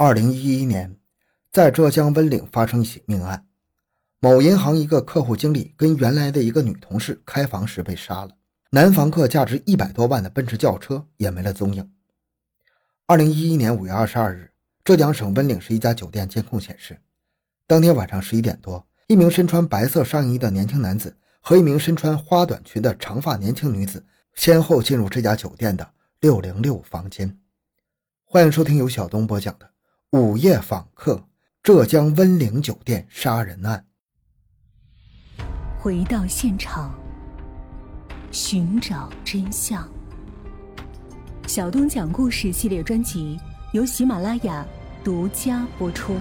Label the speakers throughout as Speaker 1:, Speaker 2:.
Speaker 1: 2011年，在浙江温岭发生一起命案，某银行一个客户经理跟原来的一个女同事开房时被杀了，男房客价值100多万的奔驰轿车也没了踪影。2011年5月22日，浙江省温岭市一家酒店监控显示，当天晚上11点多，一名身穿白色上衣的年轻男子和一名身穿花短裙的长发年轻女子先后进入这家酒店的606房间。欢迎收听由小东播讲的午夜访客浙江温岭酒店杀人案。
Speaker 2: 回到现场，寻找真相。小东讲故事系列专辑由喜马拉雅独家播出。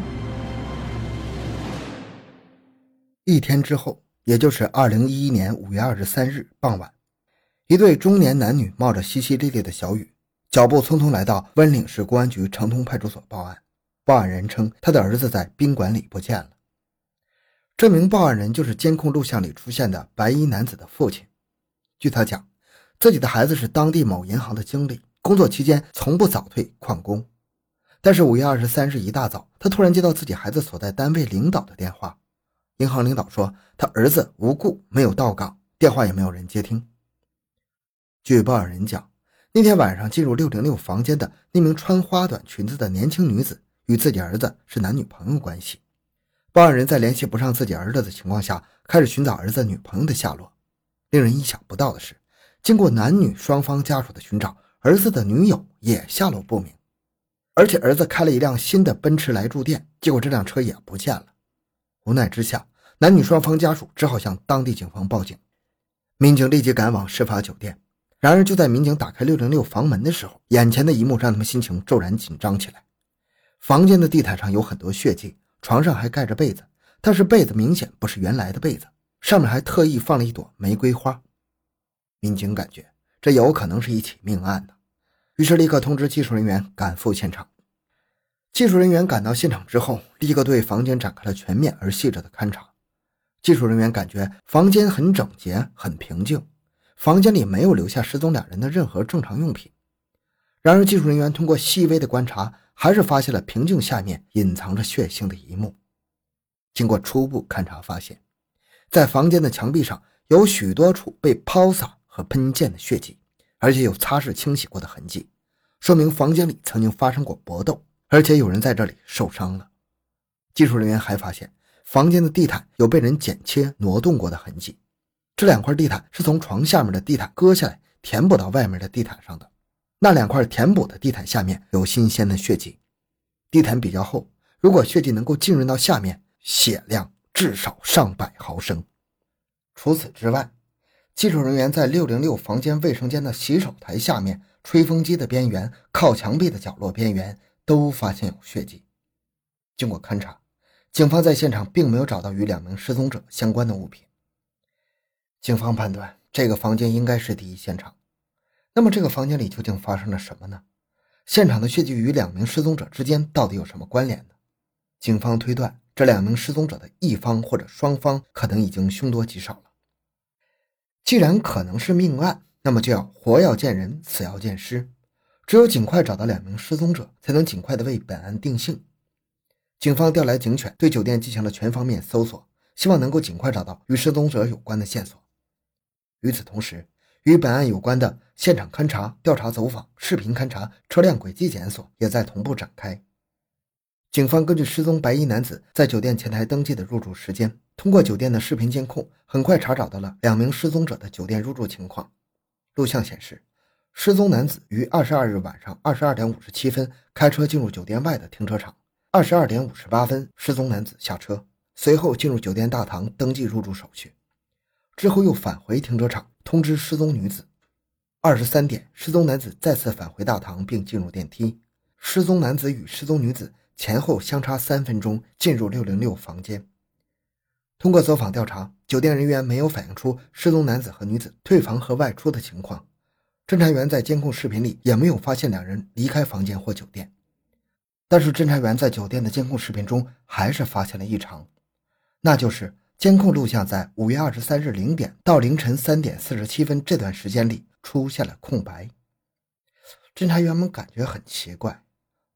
Speaker 1: 一天之后，也就是2011年5月23日傍晚，一对中年男女冒着淅淅沥沥的小雨，脚步匆匆来到温岭市公安局城通派出所报案。报案人称他的儿子在宾馆里不见了。这名报案人就是监控录像里出现的白衣男子的父亲。据他讲，自己的孩子是当地某银行的经理，工作期间从不早退旷工。但是5月23日一大早，他突然接到自己孩子所在单位领导的电话。银行领导说他儿子无故没有到岗，电话也没有人接听。据报案人讲，那天晚上进入606房间的那名穿花短裙子的年轻女子与自己儿子是男女朋友关系。报案人在联系不上自己儿子的情况下，开始寻找儿子女朋友的下落。令人意想不到的是，经过男女双方家属的寻找，儿子的女友也下落不明。而且儿子开了一辆新的奔驰来住店，结果这辆车也不见了。无奈之下，男女双方家属只好向当地警方报警。民警立即赶往事发酒店。然而就在民警打开606房门的时候，眼前的一幕让他们心情骤然紧张起来。房间的地毯上有很多血迹，床上还盖着被子，但是被子明显不是原来的被子，上面还特意放了一朵玫瑰花。民警感觉这有可能是一起命案的，于是立刻通知技术人员赶赴现场。技术人员赶到现场之后，立刻对房间展开了全面而细致的勘查。技术人员感觉房间很整洁，很平静，房间里没有留下失踪两人的任何正常用品。然而技术人员通过细微的观察，还是发现了平静下面隐藏着血腥的一幕。经过初步勘查发现，在房间的墙壁上有许多处被抛洒和喷溅的血迹，而且有擦拭清洗过的痕迹，说明房间里曾经发生过搏斗，而且有人在这里受伤了。技术人员还发现房间的地毯有被人剪切挪动过的痕迹，这两块地毯是从床下面的地毯割下来填补到外面的地毯上的，那两块填补的地毯下面有新鲜的血迹，地毯比较厚，如果血迹能够浸润到下面，血量至少上百毫升。除此之外，技术人员在606房间卫生间的洗手台下面、吹风机的边缘、靠墙壁的角落边缘都发现有血迹。经过勘查，警方在现场并没有找到与2名失踪者相关的物品。警方判断这个房间应该是第一现场。那么这个房间里究竟发生了什么呢？现场的血迹与2名失踪者之间到底有什么关联呢？警方推断这2名失踪者的一方或者双方可能已经凶多吉少了。既然可能是命案，那么就要活要见人，死要见尸，只有尽快找到2名失踪者，才能尽快的为本案定性。警方调来警犬，对酒店进行了全方面搜索，希望能够尽快找到与失踪者有关的线索。与此同时，与本案有关的现场勘查、调查走访、视频勘查、车辆轨迹检索也在同步展开。警方根据失踪白衣男子在酒店前台登记的入住时间，通过酒店的视频监控，很快查找到了2名失踪者的酒店入住情况。录像显示，失踪男子于22日晚上22点57分开车进入酒店外的停车场，22点58分失踪男子下车，随后进入酒店大堂登记入住手续，之后又返回停车场通知失踪女子。23点，失踪男子再次返回大堂并进入电梯。失踪男子与失踪女子前后相差3分钟进入606房间。通过走访调查，酒店人员没有反映出失踪男子和女子退房和外出的情况，侦查员在监控视频里也没有发现2人离开房间或酒店。但是侦查员在酒店的监控视频中还是发现了异常，那就是监控录像在5月23日0点到凌晨3点47分这段时间里出现了空白。侦查员们感觉很奇怪，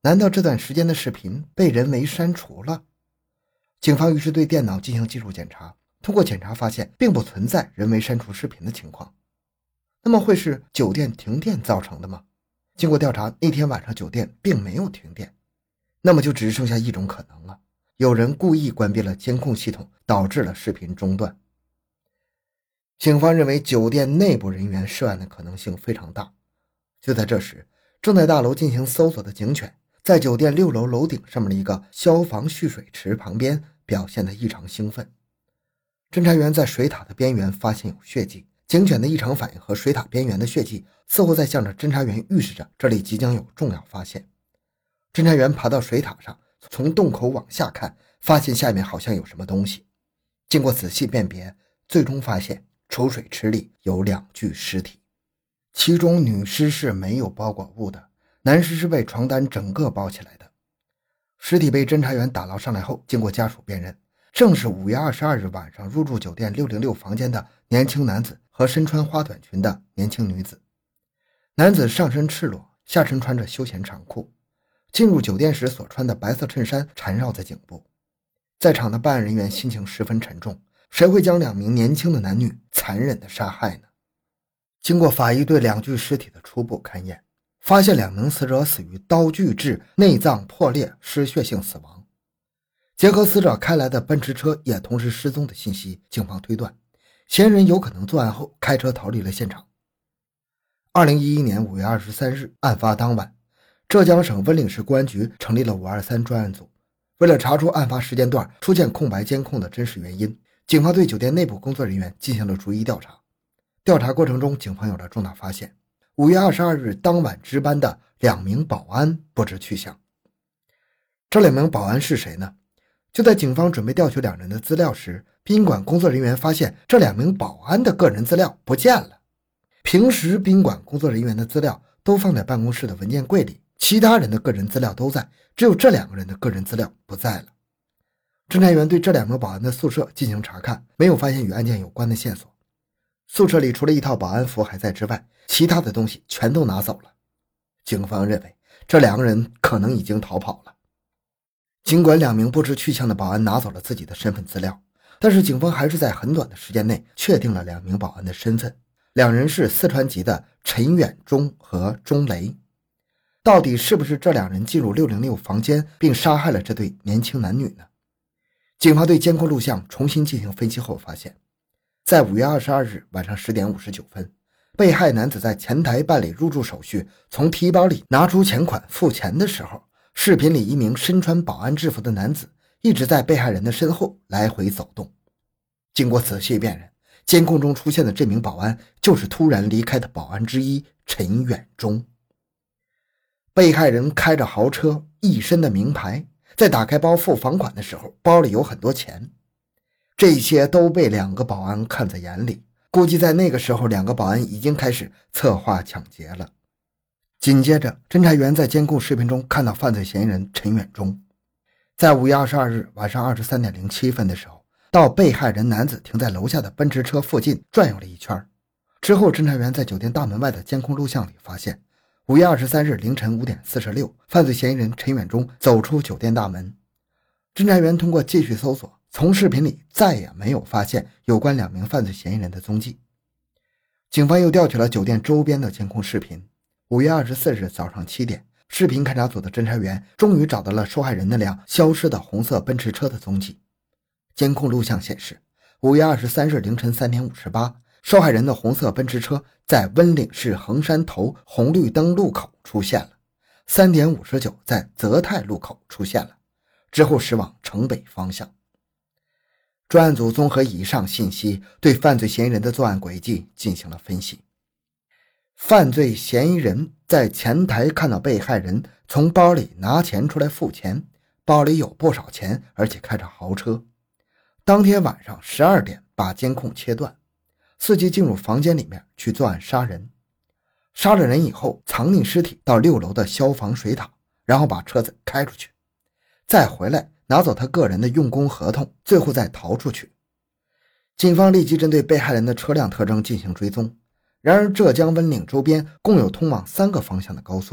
Speaker 1: 难道这段时间的视频被人为删除了？警方于是对电脑进行技术检查，通过检查发现并不存在人为删除视频的情况。那么会是酒店停电造成的吗？经过调查，那天晚上酒店并没有停电，那么就只剩下一种可能了，有人故意关闭了监控系统，导致了视频中断。警方认为酒店内部人员涉案的可能性非常大。就在这时，正在大楼进行搜索的警犬在酒店6楼楼顶上面的一个消防蓄水池旁边表现得异常兴奋。侦查员在水塔的边缘发现有血迹，警犬的异常反应和水塔边缘的血迹似乎在向着侦查员预示着这里即将有重要发现。侦查员爬到水塔上，从洞口往下看，发现下面好像有什么东西。经过仔细辨别，最终发现储水池里有2具尸体，其中女尸是没有包裹物的，男尸是被床单整个包起来的。尸体被侦查员打捞上来后，经过家属辨认，正是5月22日晚上入住酒店606房间的年轻男子和身穿花短裙的年轻女子。男子上身赤裸，下身穿着休闲长裤，进入酒店时所穿的白色衬衫缠绕在颈部。在场的办案人员心情十分沉重，谁会将2名年轻的男女残忍地杀害呢？经过法医对2具尸体的初步勘验，发现2名死者死于刀具致内脏破裂失血性死亡。结合死者开来的奔驰车也同时失踪的信息，警方推断嫌疑人有可能作案后开车逃离了现场。2011年5月23日案发当晚，浙江省温岭市公安局成立了523专案组，为了查出案发时间段出现空白监控的真实原因，警方对酒店内部工作人员进行了逐一调查。调查过程中，警方有了重大发现，5月22日当晚值班的2名保安不知去向。这2名保安是谁呢？就在警方准备调取2人的资料时，宾馆工作人员发现这2名保安的个人资料不见了。平时宾馆工作人员的资料都放在办公室的文件柜里，其他人的个人资料都在，只有这2个人的个人资料不在了。侦查员对这2名保安的宿舍进行查看，没有发现与案件有关的线索。宿舍里除了一套保安服还在之外，其他的东西全都拿走了。警方认为这2个人可能已经逃跑了。尽管2名不知去向的保安拿走了自己的身份资料，但是警方还是在很短的时间内确定了2名保安的身份，2人是四川籍的陈远忠和钟雷。到底是不是这2人进入606房间并杀害了这对年轻男女呢？警方对监控录像重新进行分析后发现，在5月22日晚上10点59分，被害男子在前台办理入住手续，从提包里拿出钱款付钱的时候，视频里一名身穿保安制服的男子一直在被害人的身后来回走动。经过仔细辨认，监控中出现的这名保安就是突然离开的保安之一陈远忠。被害人开着豪车，一身的名牌，在打开包付房款的时候，包里有很多钱，这些都被2个保安看在眼里，估计在那个时候2个保安已经开始策划抢劫了。紧接着，侦查员在监控视频中看到犯罪嫌疑人陈远忠在5月22日晚上23点07分的时候，到被害人男子停在楼下的奔驰车附近转悠了一圈。之后，侦查员在酒店大门外的监控录像里发现5月23日凌晨5点46，犯罪嫌疑人陈远忠走出酒店大门。侦查员通过继续搜索，从视频里再也没有发现有关2名犯罪嫌疑人的踪迹。警方又调取了酒店周边的监控视频。5月24日早上7点，视频勘查组的侦查员终于找到了受害人那辆消失的红色奔驰车的踪迹。监控录像显示，5月23日凌晨3点58，受害人的红色奔驰车在温岭市衡山头红绿灯路口出现了，3点59在泽泰路口出现了，之后驶往城北方向。专案组综合以上信息，对犯罪嫌疑人的作案轨迹进行了分析。犯罪嫌疑人在前台看到被害人从包里拿钱出来付钱，包里有不少钱，而且开着豪车。当天晚上12点把监控切断，伺机进入房间里面去作案杀人。杀了人以后，藏匿尸体到6楼的消防水塔，然后把车子开出去，再回来拿走他个人的用工合同，最后再逃出去。警方立即针对被害人的车辆特征进行追踪。然而浙江温岭周边共有通往3个方向的高速，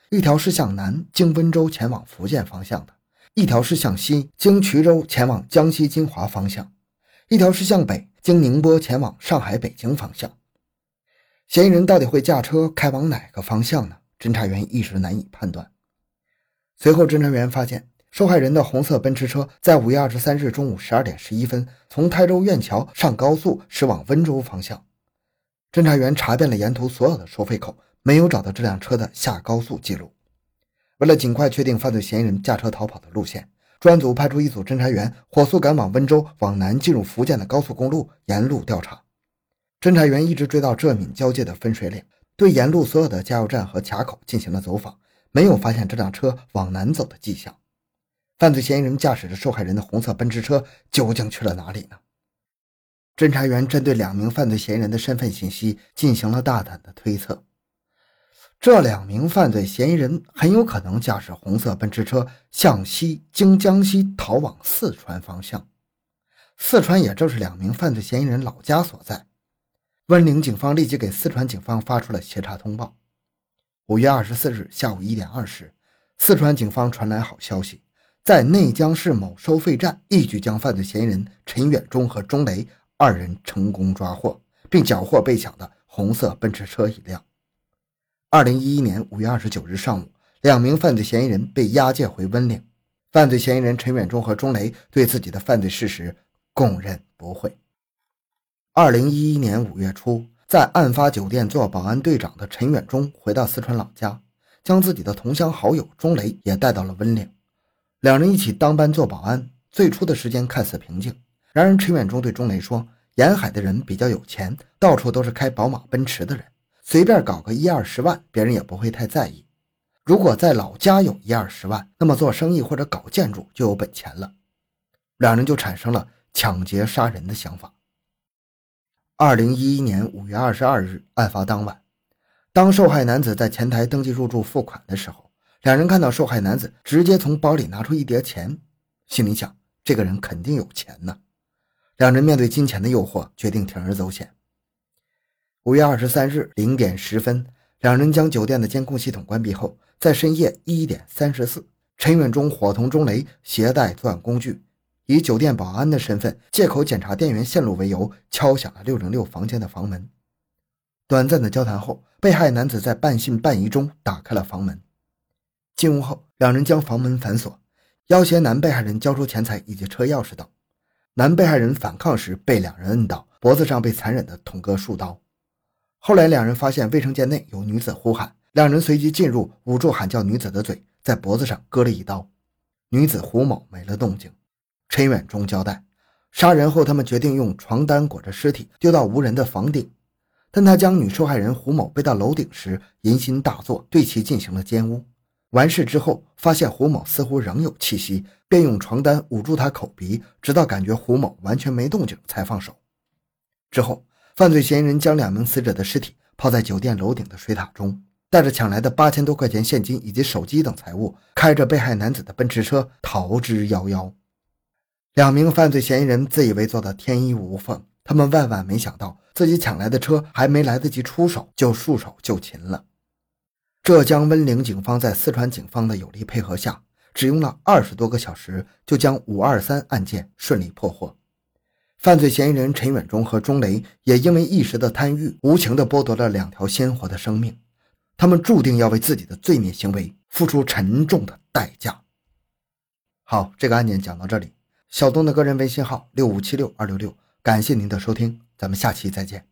Speaker 1: 一条是向南经温州前往福建方向的，一条是向西经衢州前往江西金华方向，一条是向北经宁波前往上海北京方向。嫌疑人到底会驾车开往哪个方向呢？侦查员一时难以判断。随后侦查员发现，受害人的红色奔驰车在5月23日中午12点11分从台州苑桥上高速驶往温州方向。侦查员查遍了沿途所有的收费口，没有找到这辆车的下高速记录。为了尽快确定犯罪嫌疑人驾车逃跑的路线，专案组派出一组侦查员火速赶往温州往南进入福建的高速公路，沿路调查。侦查员一直追到浙闽交界的分水岭，对沿路所有的加油站和卡口进行了走访，没有发现这辆车往南走的迹象。犯罪嫌疑人驾驶着受害人的红色奔驰车究竟去了哪里呢？侦查员针对2名犯罪嫌疑人的身份信息进行了大胆的推测。这2名犯罪嫌疑人很有可能驾驶红色奔驰车向西经江西逃往四川方向，四川也正是2名犯罪嫌疑人老家所在。温岭警方立即给四川警方发出了协查通报。5月24日下午1点20，四川警方传来好消息，在内江市某收费站一举将犯罪嫌疑人陈远忠和钟雷2人成功抓获，并缴获被抢的红色奔驰车1辆。2011年5月29日上午，2名犯罪嫌疑人被押解回温岭。犯罪嫌疑人陈远忠和钟雷对自己的犯罪事实供认不讳。2011年5月初，在案发酒店做保安队长的陈远忠回到四川老家，将自己的同乡好友钟雷也带到了温岭。2人一起当班做保安，最初的时间看似平静。然而陈远忠对钟雷说，沿海的人比较有钱，到处都是开宝马奔驰的人，随便搞个10-20万别人也不会太在意。如果在老家有10-20万，那么做生意或者搞建筑就有本钱了。2人就产生了抢劫杀人的想法。2011年5月22日案发当晚，当受害男子在前台登记入住付款的时候，2人看到受害男子直接从包里拿出一叠钱，心里想这个人肯定有钱呢。2人面对金钱的诱惑，决定铤而走险。5月23日0点10分，2人将酒店的监控系统关闭后，在深夜1点34，陈远忠伙同钟雷携带作案工具，以酒店保安的身份，借口检查电源线路为由，敲响了606房间的房门。短暂的交谈后，被害男子在半信半疑中打开了房门。进屋后，2人将房门反锁，要挟男被害人交出钱财以及车钥匙等。男被害人反抗时被2人摁倒，脖子上被残忍地捅割数刀。后来2人发现卫生间内有女子呼喊，2人随即进入，捂住喊叫女子的嘴，在脖子上割了一刀。女子胡某没了动静。陈远忠交代，杀人后他们决定用床单裹着尸体丢到无人的房顶，但他将女受害人胡某背到楼顶时淫心大作，对其进行了奸污。完事之后发现胡某似乎仍有气息，便用床单捂住她口鼻，直到感觉胡某完全没动静才放手。之后犯罪嫌疑人将2名死者的尸体泡在酒店楼顶的水塔中，带着抢来的8000多块钱现金以及手机等财物，开着被害男子的奔驰车逃之夭夭。2名犯罪嫌疑人自以为做的天衣无缝，他们万万没想到自己抢来的车还没来得及出手就束手就擒了。浙江温岭警方在四川警方的有力配合下，只用了20多个小时就将523案件顺利破获。犯罪嫌疑人陈远忠和钟雷也因为一时的贪欲，无情地剥夺了2条鲜活的生命，他们注定要为自己的罪孽行为付出沉重的代价。好，这个案件讲到这里。小东的个人微信号6576-266，感谢您的收听，咱们下期再见。